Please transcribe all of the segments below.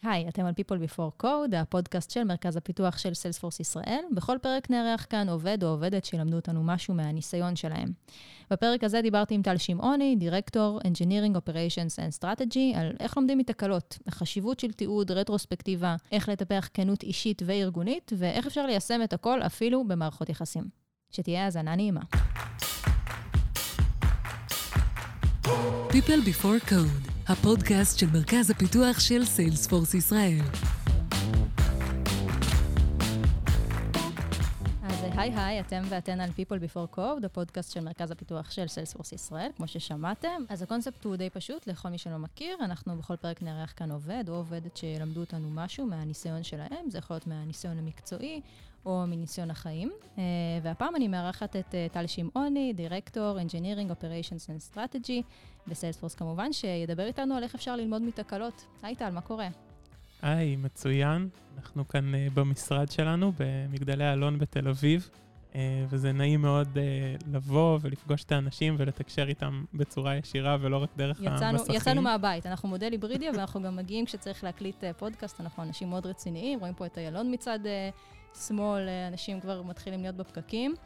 היי, אתם על People Before Code, הפודקאסט של מרכז הפיתוח של סיילספורס ישראל. בכל פרק נארח כאן עובד או עובדת שילמדו אותנו משהו מהניסיון שלהם. בפרק הזה דיברתי עם טל שמעוני, דירקטור Engineering Operations and Strategy, על איך לומדים מתקלות, החשיבות של תיעוד, רטרוספקטיבה, איך לטפח כנות אישית וארגונית, ואיך אפשר ליישם את הכל אפילו במערכות יחסים. שתהיה האזנה נעימה. People Before Code, הפודקאסט של מרכז הפיתוח של סיילספורס ישראל. אז היי, אתם ואתן על People Before Code, הפודקאסט של מרכז הפיתוח של סיילספורס ישראל, כמו ששמעתם. אז הקונספט הוא די פשוט, לכל מי שלא מכיר, אנחנו בכל פרק נארח כאן עובד או עובדת שילמדו אותנו משהו מהניסיון שלהם, זה יכול להיות מהניסיון המקצועי, או מניסיון החיים. והפעם אני מארחת את טל שמעוני, דירקטור, Engineering Operations and Strategy, בסיילספורס כמובן, שידבר איתנו על איך אפשר ללמוד מתקלות. היי טל, מה קורה? היי, מצוין. אנחנו כאן במשרד שלנו, במגדלי אלון בתל אביב, וזה נעים מאוד לבוא ולפגוש את האנשים ולתקשר איתם בצורה ישירה ולא רק דרך המסכים. יצאנו מהבית, אנחנו מודל היברידי, ואנחנו גם מגיעים כשצריך להקליט פודקאסט, אנחנו אנשים מאוד רציניים, רואים פה את איילון מצד שמאל, אנשים כבר מתחילים להיות בפקקים.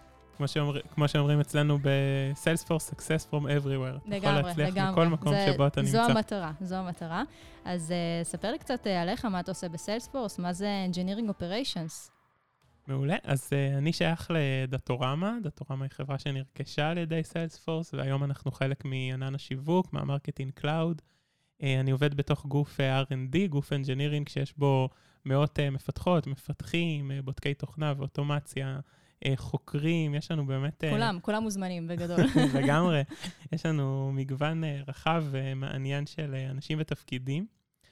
כמו שאומרים אצלנו ב-Salesforce, Success from everywhere. לגמרי. יכול להצליח בכל מקום שבו אתה נמצא. זו המטרה. אז ספר לי קצת עליך, מה אתה עושה ב-Salesforce, מה זה Engineering Operations? מעולה. אז אני שייך לדאטורמה. דאטורמה היא חברה שנרכשה על ידי Salesforce, והיום אנחנו חלק מענן השיווק, מהמרקטינג קלאוד. אני עובד בתוך גוף R&D, גוף Engineering, שיש בו מאות מפתחות, מפתחים, בודקי תוכנה ואוטומציה, חוקרים, יש לנו באמת... כולם מוזמנים בגדול. לגמרי. יש לנו מגוון רחב ומעניין של אנשים ותפקידים,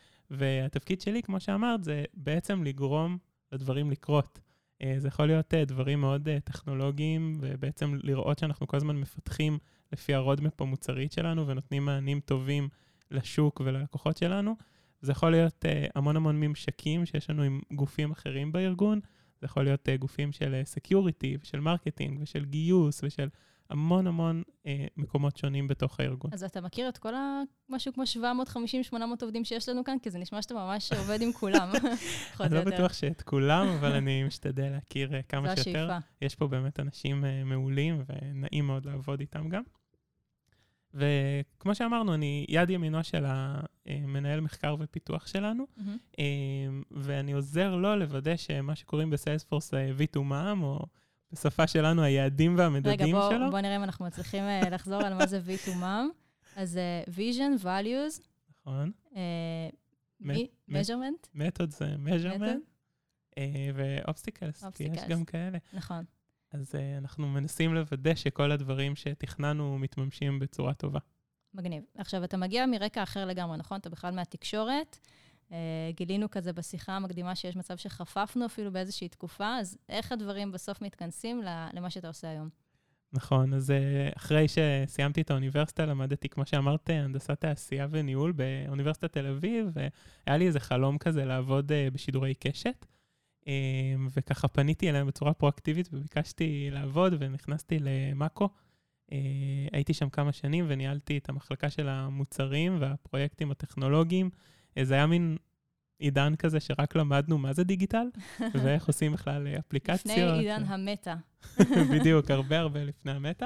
והתפקיד שלי, כמו שאמרת, זה בעצם לגרום לדברים לקרות. זה יכול להיות דברים מאוד טכנולוגיים, ובעצם לראות שאנחנו כל הזמן מפתחים לפי הרודמפ המוצרית שלנו, ונותנים מענים טובים לשוק וללקוחות שלנו. זה יכול להיות המון ממשקים שיש לנו עם גופים אחרים בארגון, זה יכול להיות גופים של סקיוריטי ושל מרקטינג ושל גיוס ושל המון מקומות שונים בתוך הארגון. אז אתה מכיר את כל משהו כמו 750-800 עובדים שיש לנו כאן? כי זה נשמע שאתה ממש עובד עם כולם. אני לא בטוח שאת כולם, אבל אני משתדל להכיר כמה שיותר. זו השאיפה. יש פה באמת אנשים מעולים ונעים מאוד לעבוד איתם גם. וכמו שאמרנו, אני יד ימינו של המנהל מחקר ופיתוח שלנו, ואני עוזר לו לוודא שמה שקוראים בסיילספורס V2MAM, או בשפה שלנו היעדים והמדדים שלו. רגע, בוא נראה אם אנחנו מצליחים לחזור על מה זה V2MAM. אז Vision, Values, נכון. Measurement. Method זה Measurement, ו-Obstacles, כי יש גם כאלה. נכון. אז אנחנו מנסים לוודא שכל הדברים שתכננו מתממשים בצורה טובה. מגניב. עכשיו, אתה מגיע מרקע אחר לגמרי, נכון? אתה בכלל מהתקשורת. גילינו כזה בשיחה המקדימה שיש מצב שחפפנו אפילו באיזושהי תקופה, אז איך הדברים בסוף מתכנסים למה שאתה עושה היום? נכון, אז אחרי שסיימתי את האוניברסיטה, למדתי, כמו שאמרת, הנדסת תעשייה וניהול באוניברסיטת תל אביב, והיה לי איזה חלום כזה לעבוד בשידורי קשת. וככה פניתי אליהם בצורה פרואקטיבית וביקשתי לעבוד ונכנסתי למאקו. הייתי שם כמה שנים וניהלתי את המחלקה של המוצרים והפרויקטים הטכנולוגיים. זה היה מין עידן כזה שרק למדנו מה זה דיגיטל ואיך עושים בכלל אפליקציות. לפני עידן המטה. בדיוק, הרבה לפני המטה.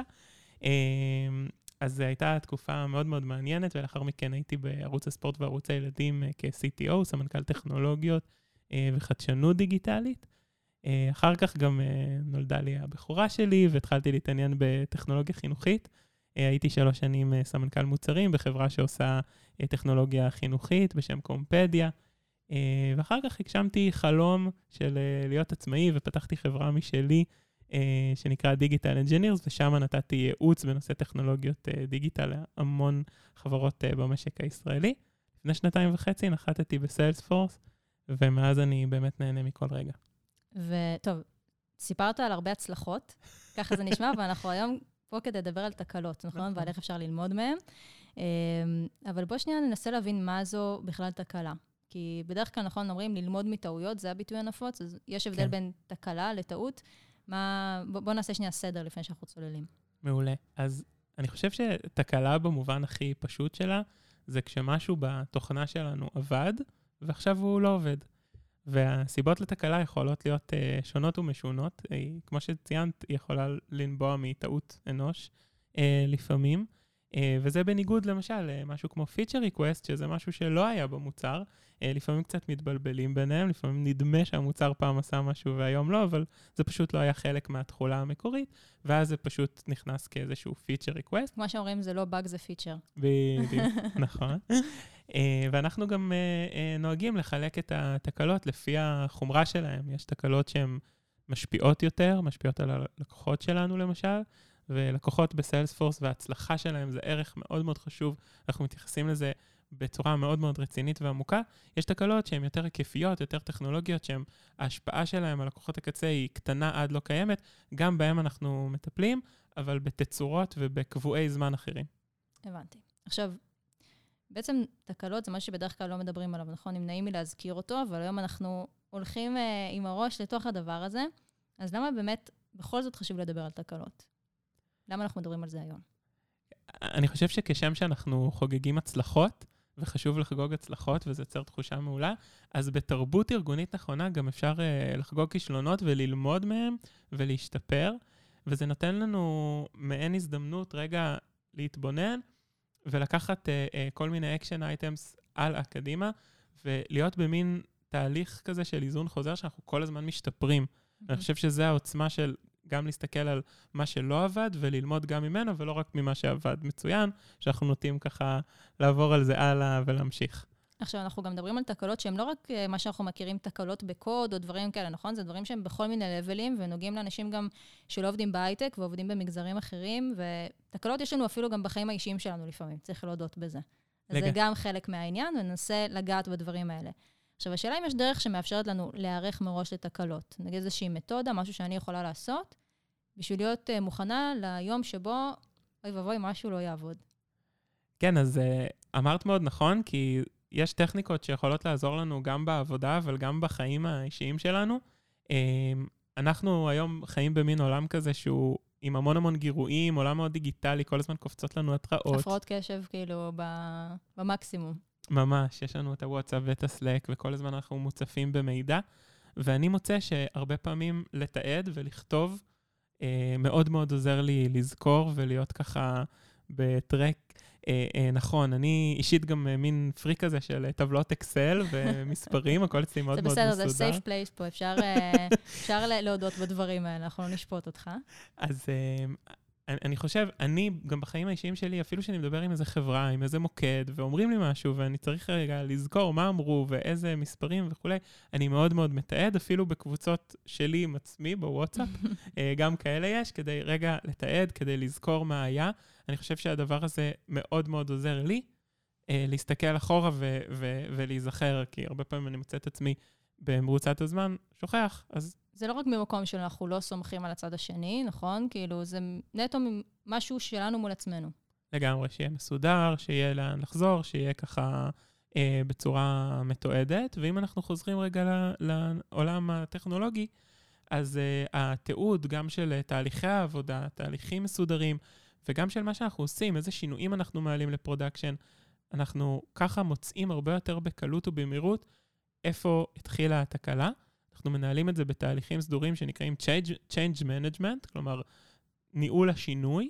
אז זו הייתה תקופה מאוד מעניינת, ולאחר מכן הייתי בערוץ הספורט וערוץ הילדים כ-CTO, סמנכ"ל טכנולוגיות, וחדשנות דיגיטלית. אחר כך גם נולדה לי הבחורה שלי, והתחלתי להתעניין בטכנולוגיה חינוכית. הייתי 3 שנים סמנכ"ל מוצרים בחברה שעושה טכנולוגיה חינוכית בשם קומפדיה. ואחר כך הגשמתי חלום של להיות עצמאי, ופתחתי חברה משלי שנקרא Digital Engineers, ושם נתתי ייעוץ בנושא טכנולוגיות דיגיטל להמון חברות במשק הישראלי. לפני 2.5 נחתתי בסיילספורס, ומאז אני באמת נהנה מכל רגע. וטוב, סיפרת על הרבה הצלחות, ככה זה נשמע, ואנחנו היום פה כדי לדבר על תקלות, נכון? ועל איך אפשר ללמוד מהם. אבל בוא שנייה ננסה להבין מה זו בכלל תקלה. כי בדרך כלל, נכון, אומרים ללמוד מטעויות, זה הביטוי הנפוץ, אז יש הבדל בין תקלה לטעות. בוא נעשה שנייה סדר לפני שאנחנו צוללים. מעולה. אז אני חושב שתקלה במובן הכי פשוט שלה, זה כשמשהו בתוכנה שלנו עבד, ועכשיו הוא לא עובד. והסיבות לתקלה יכולות להיות שונות ומשונות. כמו שציינת, היא יכולה לנבוע מטעות אנוש לפעמים. וזה בניגוד למשל משהו כמו feature request, שזה משהו שלא היה במוצר. לפעמים קצת מתבלבלים ביניהם, לפעמים נדמה שהמוצר פעם עשה משהו והיום לא, אבל זה פשוט לא היה חלק מהתחולה המקורית, ואז זה פשוט נכנס כאיזשהו feature request. כמו שאומרים, זה לא bug, זה feature. בדיוק, נכון. ואנחנו גם נוהגים לחלק את התקלות לפי החומרה שלהם. יש תקלות שהן משפיעות יותר, משפיעות על הלקוחות שלנו למשל, ולקוחות בסיילספורס וההצלחה שלהם זה ערך מאוד מאוד חשוב. אנחנו מתייחסים לזה בצורה מאוד מאוד רצינית ועמוקה. יש תקלות שהן יותר היקפיות, יותר טכנולוגיות, שההשפעה שלהם על לקוחות הקצה היא קטנה עד לא קיימת. גם בהם אנחנו מטפלים, אבל בתצורות ובקבועי זמן אחרים. הבנתי. עכשיו, בעצם תקלות זה מה שבדרך כלל לא מדברים עליו, נכון? אם נעים לי להזכיר אותו, אבל היום אנחנו הולכים עם הראש לתוך הדבר הזה. אז למה באמת בכל זאת חשוב לדבר על תקלות? למה אנחנו מדברים על זה היום? אני חושב שכשם שאנחנו חוגגים הצלחות, וחשוב לחגוג הצלחות, וזה יוצר תחושה מעולה, אז בתרבות ארגונית נכונה גם אפשר לחגוג כישלונות וללמוד מהם ולהשתפר, וזה נותן לנו מעין הזדמנות רגע להתבונן, ולקחת כל מיני אקשן אייטמס על הקדימה, ולהיות במין תהליך כזה של איזון חוזר, שאנחנו כל הזמן משתפרים. אני חושב שזה העוצמה של גם להסתכל על מה שלא עבד, וללמוד גם ממנו, ולא רק ממה שעבד מצוין, שאנחנו נוטים ככה לעבור על זה הלאה ולהמשיך. עכשיו, אנחנו גם מדברים על תקלות שהן לא רק מה שאנחנו מכירים, תקלות בקוד או דברים כאלה, נכון? זה דברים שהם בכל מיני לבלים, ונוגעים לאנשים גם שלא עובדים בהייטק, ועובדים במגזרים אחרים, ותקלות יש לנו אפילו גם בחיים האישיים שלנו לפעמים, צריך להודות בזה. אז זה גם חלק מהעניין, וננסה לגעת בדברים האלה. עכשיו, השאלה אם יש דרך שמאפשרת לנו להיערך מראש לתקלות. נגיד איזושהי מתודה, משהו שאני יכולה לעשות, בשביל להיות מוכנה ליום שבו, אוי ובוי, משהו לא יעבוד. כן, אז אמרת מאוד נכון, כי יש טכניקות שיכולות לעזור לנו גם בעבודה, אבל גם בחיים האישיים שלנו. אנחנו היום חיים במין עולם כזה שהוא עם המון המון גירויים, עולם מאוד דיגיטלי, כל הזמן קופצות לנו התראות. הפרעות קשב כאילו במקסימום. ממש, יש לנו את הוואטסאפ ואת הסלק, וכל הזמן אנחנו מוצפים במידע, ואני מוצא שהרבה פעמים לתעד ולכתוב, מאוד מאוד עוזר לי לזכור ולהיות ככה בטרק. נכון, אני אישית גם מין פריק כזה של טבלות אקסל ומספרים, הכל אצלי מאוד מאוד מסודר. זה בסדר, זה safe place פה, אפשר להודות בדברים האלה, אנחנו לא נשפוט אותך. אז אני חושב, אני גם בחיים האישיים שלי, אפילו שאני מדבר עם איזה חברה, עם איזה מוקד, ואומרים לי משהו, ואני צריך רגע לזכור מה אמרו ואיזה מספרים וכולי, אני מאוד מאוד מתעד, אפילו בקבוצות שלי עם עצמי בוואטסאפ, גם כאלה יש, כדי רגע לתעד, כדי לזכור מה היה. אני חושב שהדבר הזה מאוד מאוד עוזר לי, להסתכל אחורה ולהיזכר, כי הרבה פעמים אני מוצא את עצמי במרוצת הזמן, שוכח, אז זה לא רק ממקום שאנחנו לא סומכים על הצד השני, נכון? כאילו, זה נטו משהו שלנו מול עצמנו. לגמרי, שיהיה מסודר, שיהיה לאן לחזור, שיהיה ככה בצורה מתועדת, ואם אנחנו חוזרים רגע לעולם הטכנולוגי, אז התיעוד גם של תהליכי העבודה, תהליכים מסודרים, וגם של מה שאנחנו עושים, איזה שינויים אנחנו מעלים לפרודקשן, אנחנו ככה מוצאים הרבה יותר בקלות ובמהירות איפה התחילה התקלה. אנחנו מנהלים את זה בתהליכים סדורים שנקראים change management, כלומר, ניהול השינוי,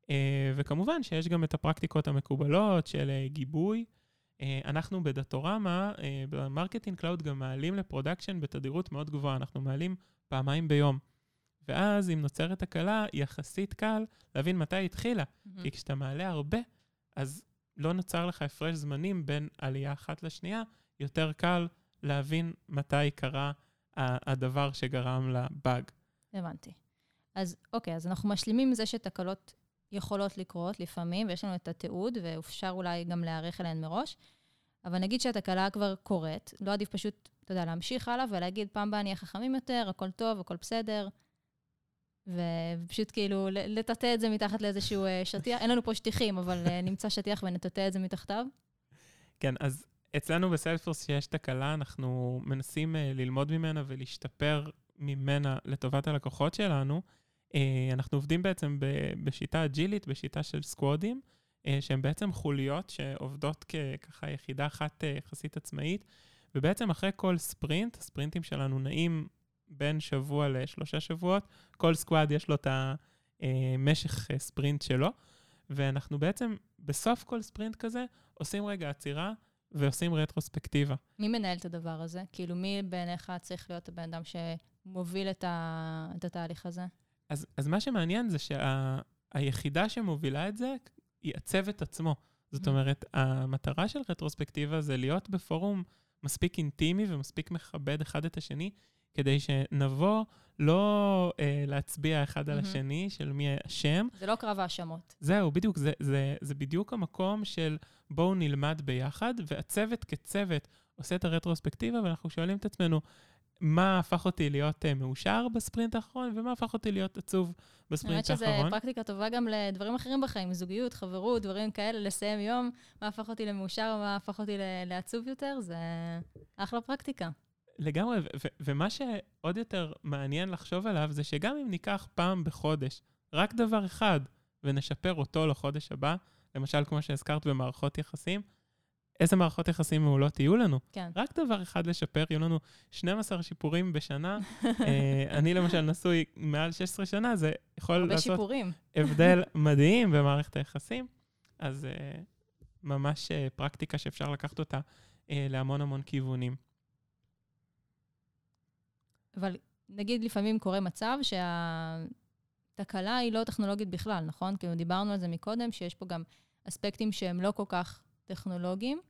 וכמובן שיש גם את הפרקטיקות המקובלות של גיבוי. אנחנו בדאטורמה, במרקטינג קלאוד גם מעלים לפרודקשן בתדירות מאוד גבוהה, אנחנו מעלים פעמיים ביום. ואז אם נוצרת תקלה, יחסית קל להבין מתי היא התחילה. כי כשאתה מעלה הרבה, אז לא נוצר לך הפרש זמנים בין עלייה אחת לשנייה, יותר קל להבין מתי קרה הדבר שגרם לבאג. הבנתי. אז אוקיי, אז אנחנו משלימים זה שתקלות יכולות לקרות לפעמים, ויש לנו את התיעוד, ואפשר אולי גם להערך אליהן מראש, אבל נגיד שהתקלה כבר קורית, לא עדיף פשוט, אתה יודע, להמשיך הלאה ולהגיד, פעם באה נהיה חכמים יותר, הכל טוב, הכל בסדר, ופשוט כאילו לטאטא את זה מתחת לאיזשהו שטיח. אין לנו פה שטיחים, אבל נמצא שטיח ונטאטא את זה מתחתיו. כן, אז אצלנו בסיילספורס שיש תקלה, אנחנו מנסים ללמוד ממנה ולהשתפר ממנה לטובת הלקוחות שלנו. אנחנו עובדים בעצם בשיטה אג'ילית, בשיטה של סקוואדים, שהן בעצם חוליות שעובדות ככה יחידה אחת יחסית עצמאית, ובעצם אחרי כל ספרינט, הספרינטים שלנו נעים בין שבוע ל3 שבועות, כל סקואד יש לו את המשך ספרינט שלו, ואנחנו בעצם בסוף כל ספרינט כזה עושים רגע עצירה ועושים רטרוספקטיבה. מי מנהל את הדבר הזה? כאילו מי בעיניך צריך להיות הבן אדם שמוביל את התהליך הזה? אז מה שמעניין זה שהיחידה שמובילה את זה היא הצוות עצמו. זאת אומרת, המטרה של רטרוספקטיבה זה להיות בפורום מספיק אינטימי ומספיק מכבד אחד את השני, כדי שנבוא לא להצביע אחד על השני של מי אשם. זה לא קרב האשמות. זהו, בדיוק, זה בדיוק המקום של בואו נלמד ביחד, והצוות כצוות עושה את הרטרוספקטיבה, ואנחנו שואלים את עצמנו, מה הפך אותי להיות מאושר בספרינט האחרון, ומה הפך אותי להיות עצוב בספרינט האחרון. האמת שזו פרקטיקה טובה גם לדברים אחרים בחיים, זוגיות, חברות, דברים כאלה, לסיים יום, מה הפך אותי למאושר, ומה הפך אותי לעצוב יותר, זה אחלה פרקטיקה. לגמרי, ומה שעוד יותר מעניין לחשוב עליו, זה שגם אם ניקח פעם בחודש, רק דבר אחד, ונשפר אותו לחודש הבא, למשל כמו שהזכרת במערכות יחסים, איזה מערכות יחסים מעולות יהיו לנו? כן. רק דבר אחד לשפר, יהיו לנו 12 שיפורים בשנה. אני למשל נשוי מעל 16 שנה, זה יכול לעשות שיפורים. הבדל מדהים במערכת היחסים. אז ממש פרקטיקה שאפשר לקחת אותה להמון המון כיוונים. אבל נגיד לפעמים קורה מצב שהתקלה היא לא טכנולוגית בכלל, נכון? כאילו דיברנו על זה מקודם, שיש פה גם אספקטים שהם לא כל כך טכנולוגיים.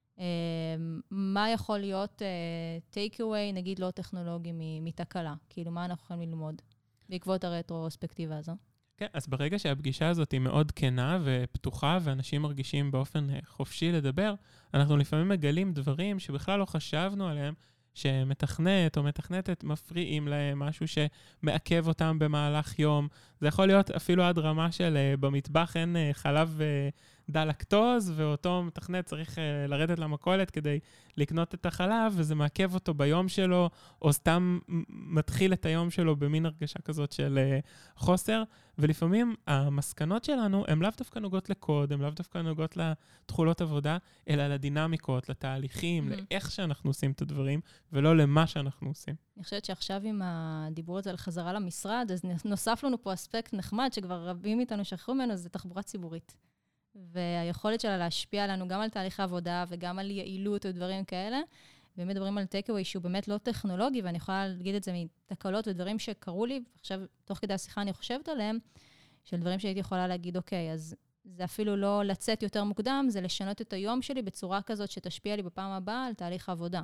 מה יכול להיות take away, נגיד לא טכנולוגי מתקלה? כאילו מה אנחנו יכולים ללמוד בעקבות הרטרוספקטיבה הזו? כן, אז ברגע שהפגישה הזאת היא מאוד כנה ופתוחה, ואנשים מרגישים באופן חופשי לדבר, אנחנו לפעמים מגלים דברים שבכלל לא חשבנו עליהם, שמתכנת או מתכנתת מפריעים להם, משהו שמעכב אותם במהלך יום. זה יכול להיות אפילו עד רמה של במטבח אין חלב דל לקטוז, ואותו מתכנת צריך לרדת למכולת כדי לקנות את החלב, וזה מעכב אותו ביום שלו, או סתם מתחיל את היום שלו במין הרגשה כזאת של חוסר. ולפעמים המסקנות שלנו הן לאו דווקא נוגעות לקוד, הן לאו דווקא נוגעות לתחולות עבודה, אלא לדינמיקות, לתהליכים, לאיך שאנחנו עושים את הדברים, ולא למה שאנחנו עושים. אני חושבת שעכשיו עם הדיבור הזה על חזרה למשרד, אז נוסף לנו פה אספקט נחמד, שכבר רבים איתנו שכחו ממנו, זה תחבורה ציבורית. והיכולת שלה להשפיע עלינו גם על תהליך העבודה, וגם על יעילות ודברים כאלה. באמת מדברים על טייק-אווי שהוא באמת לא טכנולוגי, ואני יכולה להגיד את זה מתקלות ודברים שקרו לי, עכשיו, תוך כדי השיחה אני חושבת עליהם, של דברים שהייתי יכולה להגיד, אוקיי, אז זה אפילו לא לצאת יותר מוקדם, זה לשנות את היום שלי בצורה כזאת שתשפיע לי בפעם הבאה על תהליך העבודה.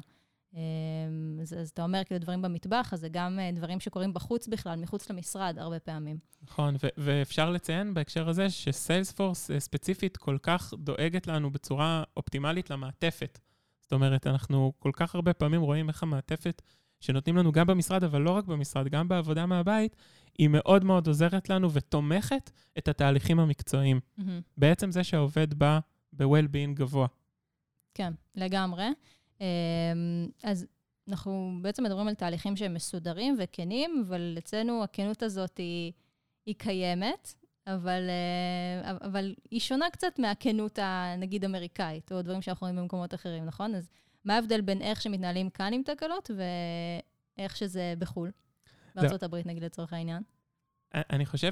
אז אתה אומר כאילו דברים במטבח, אז זה גם דברים שקורים בחוץ בכלל, מחוץ למשרד הרבה פעמים. נכון, ואפשר לציין בהקשר הזה שסיילספורס ספציפית כל כך דואגת לנו בצורה אופטימלית למעטפת. זאת אומרת, אנחנו כל כך הרבה פעמים רואים איך המעטפת שנותנים לנו גם במשרד, אבל לא רק במשרד, גם בעבודה מהבית, היא מאוד מאוד עוזרת לנו ותומכת את התהליכים המקצועיים. בעצם זה שהעובד בא ב-well-being גבוה. כן, לגמרי. אז אנחנו בעצם מדברים על תהליכים שהם מסודרים וכנים, אבל אצלנו הכנות הזאת היא קיימת, אבל היא שונה קצת מהכנות הנגיד אמריקאית, או דברים שאנחנו רואים במקומות אחרים, נכון? אז מה ההבדל בין איך שמתנהלים כאן עם תקלות, ואיך שזה בחול? בארצות הברית נגיד לצורך העניין. אני חושב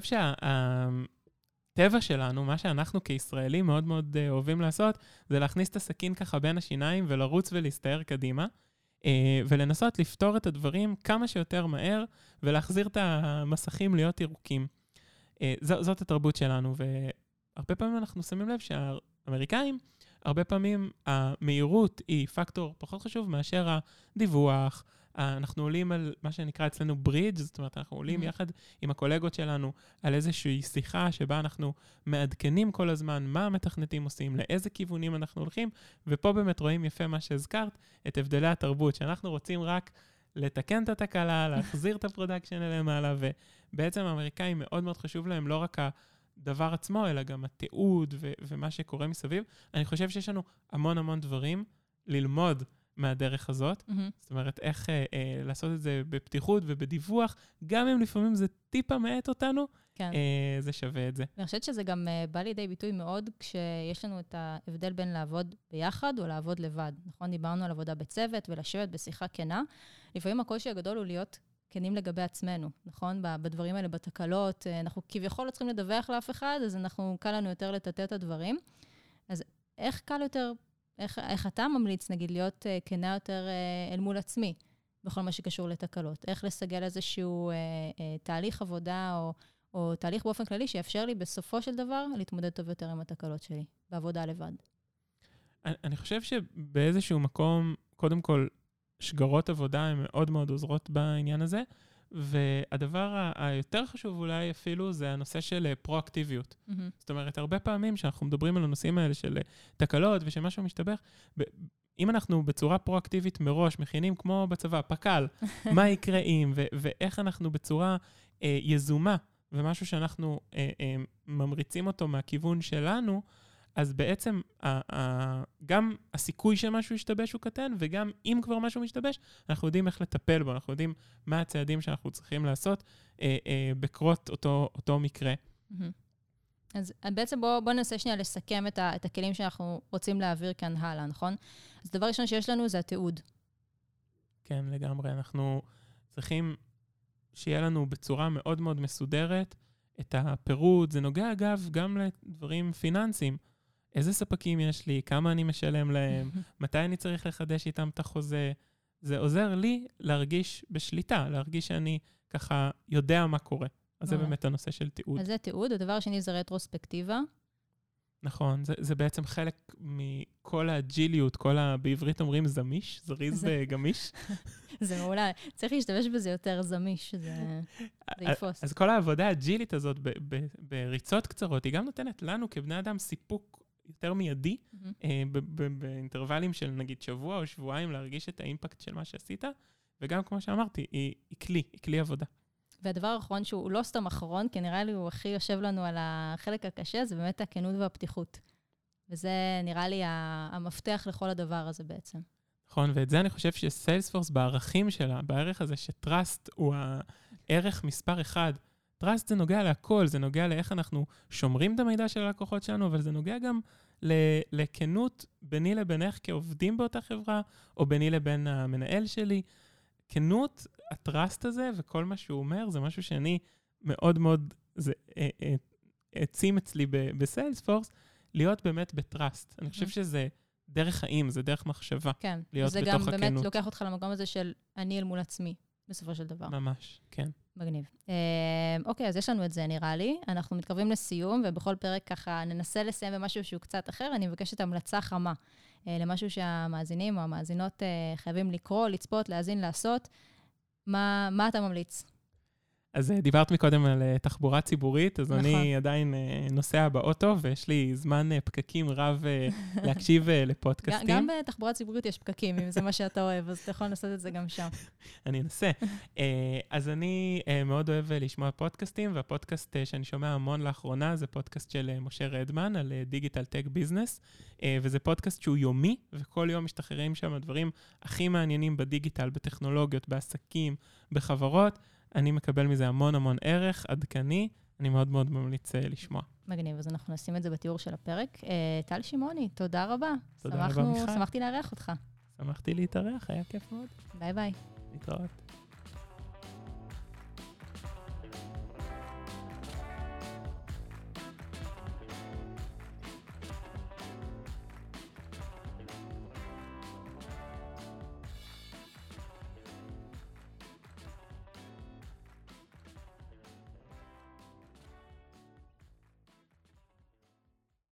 שהטבע שלנו, מה שאנחנו כישראלים מאוד מאוד אוהבים לעשות, זה להכניס את הסכין ככה בין השיניים, ולרוץ ולהסתער קדימה, ולנסות לפתור את הדברים כמה שיותר מהר, ולהחזיר את המסכים להיות ירוקים. זאת התרבות שלנו, והרבה פעמים אנחנו שמים לב שהאמריקאים, הרבה פעמים המהירות היא פקטור פחות חשוב מאשר הדיווח. אנחנו עולים על מה שנקרא אצלנו ברידג', זאת אומרת, אנחנו עולים יחד עם הקולגות שלנו על איזושהי שיחה שבה אנחנו מעדכנים כל הזמן מה המתכנתים עושים, לאיזה כיוונים אנחנו הולכים, ופה באמת רואים יפה מה שהזכרת, את הבדלי התרבות, שאנחנו רוצים רק לתקן את התקלה, להחזיר את הפרודקשן אליהם מעלה, ובעצם האמריקאים מאוד מאוד חשוב להם לא רק הדבר עצמו, אלא גם התיעוד ומה שקורה מסביב. אני חושב שיש לנו המון המון דברים ללמוד מהדרך הזאת. זאת אומרת, איך לעשות את זה בפתיחות ובדיווח, גם אם לפעמים זה טיפה מעט אותנו, כן. זה שווה את זה. ואני חושבת שזה גם בא לידי ביטוי מאוד כשיש לנו את ההבדל בין לעבוד ביחד או לעבוד לבד. נכון? דיברנו על עבודה בצוות ולשבת בשיחה כנה. לפעמים הקושי הגדול הוא להיות כנים לגבי עצמנו, נכון? בדברים האלה, בתקלות, אנחנו כביכול לא צריכים לדווח לאף אחד, אז קל לנו יותר לטאטא את הדברים. אז איך קל יותר, איך אתה ממליץ, נגיד, להיות כנה יותר אל מול עצמי, בכל מה שקשור לתקלות? איך לסגל איזשהו תהליך עבודה או תהליך באופן כללי שיאפשר לי בסופו של דבר להתמודד טוב יותר עם התקלות שלי, בעבודה לבד? אני חושב שבאיזשהו מקום, קודם כל, שגרות עבודה הן מאוד מאוד עוזרות בעניין הזה, והדבר היותר חשוב אולי אפילו זה הנושא של פרואקטיביות. זאת אומרת, הרבה פעמים שאנחנו מדברים על הנושאים האלה של תקלות ושמשהו משתבח, אם אנחנו בצורה פרואקטיבית מראש, מכינים כמו בצבא, פקל, מה יקרה אם, ואיך אנחנו בצורה יזומה, ומשהו שאנחנו ממריצים אותו מהכיוון שלנו, אז בעצם גם הסיכוי שמשהו ישתבש הוא קטן, וגם אם כבר משהו משתבש, אנחנו יודעים איך לטפל בו, אנחנו יודעים מה הצעדים שאנחנו צריכים לעשות בקרות אותו מקרה. אז בעצם בוא ננסה שנייה לסכם את הכלים שאנחנו רוצים להעביר כאן הלאה, נכון? אז דבר ראשון שיש לנו זה התיעוד. כן, לגמרי. אנחנו צריכים שיהיה לנו בצורה מאוד מאוד מסודרת את הפירוט. זה נוגע אגב גם לדברים פיננסיים. איזה ספקים יש לי, כמה אני משלם להם, מתי אני צריך לחדש איתם את החוזה. זה עוזר לי להרגיש בשליטה, להרגיש שאני ככה יודע מה קורה. אז זה באמת הנושא של תיעוד. אז זה תיעוד, הדבר השני זה רטרוספקטיבה. נכון, זה בעצם חלק מכל האג'יליות, בעברית אומרים זמיש, זריז וגמיש. זה מעולה, צריך להשתמש בזה יותר זמיש, זה יפוס. אז כל העבודה האג'ילית הזאת בריצות קצרות, היא גם נותנת לנו כבני אדם סיפוק יותר מיידי, באינטרוולים של נגיד שבוע או שבועיים להרגיש את האימפקט של מה שעשית, וגם כמו שאמרתי, היא כלי עבודה. והדבר האחרון שהוא לא סתם אחרון, כי נראה לי הוא הכי יושב לנו על החלק הקשה, זה באמת הכנות והפתיחות. וזה נראה לי המפתח לכל הדבר הזה בעצם. נכון, ואת זה אני חושב שסיילספורס בערכים שלה, בערך הזה שטראסט הוא הערך מספר אחד. טראסט זה נוגע להכל, זה נוגע לאיך אנחנו שומרים את המידע של הלקוחות שלנו, אבל זה נוגע גם לכנות ביני לבינך כעובדים באותה חברה, או ביני לבין המנהל שלי. כנות, הטראסט הזה וכל מה שהוא אומר, זה משהו שאני מאוד מאוד עצים אצלי בסיילספורס, להיות באמת בטראסט. אני חושב שזה דרך חיים, זה דרך מחשבה. כן, להיות וזה בתוך גם הכנות. באמת לוקח אותך למקום הזה של אני אל מול עצמי, בסופו של דבר. ממש, כן. מגניב. אוקיי, אז יש לנו את זה, נראה לי. אנחנו מתקרבים לסיום, ובכל פרק ככה ננסה לסיים במשהו שהוא קצת אחר. אני מבקשת המלצה חמה למשהו שהמאזינים או המאזינות חייבים לקרוא, לצפות, להאזין, לעשות. מה אתה ממליץ? אז דיברת מקודם על תחבורה ציבורית, אז נכון. אני עדיין נוסע באוטו, ויש לי זמן פקקים רב להקשיב לפודקאסטים. גם בתחבורה ציבורית יש פקקים, אם זה מה שאתה אוהב, אז אתה יכול לעשות את זה גם שם. אני אנסה. אז אני מאוד אוהב לשמוע פודקאסטים, והפודקאסט שאני שומע המון לאחרונה, זה פודקאסט של משה רדמן על דיגיטל טק ביזנס, וזה פודקאסט שהוא יומי, וכל יום משתחררים שם הדברים הכי מעניינים בדיגיטל, בטכנולוגיות, בעסקים, בחברות. אני מקבל מזה המון המון ערך, עדכני, אני מאוד מאוד ממליץ לשמוע. מגניב, אז אנחנו נשים את זה בתיאור של הפרק. טל שמעוני, תודה רבה. תודה רבה, מיכל. שמחתי לארח אותך. שמחתי להתארח, היה כיף מאוד. ביי ביי. להתראות.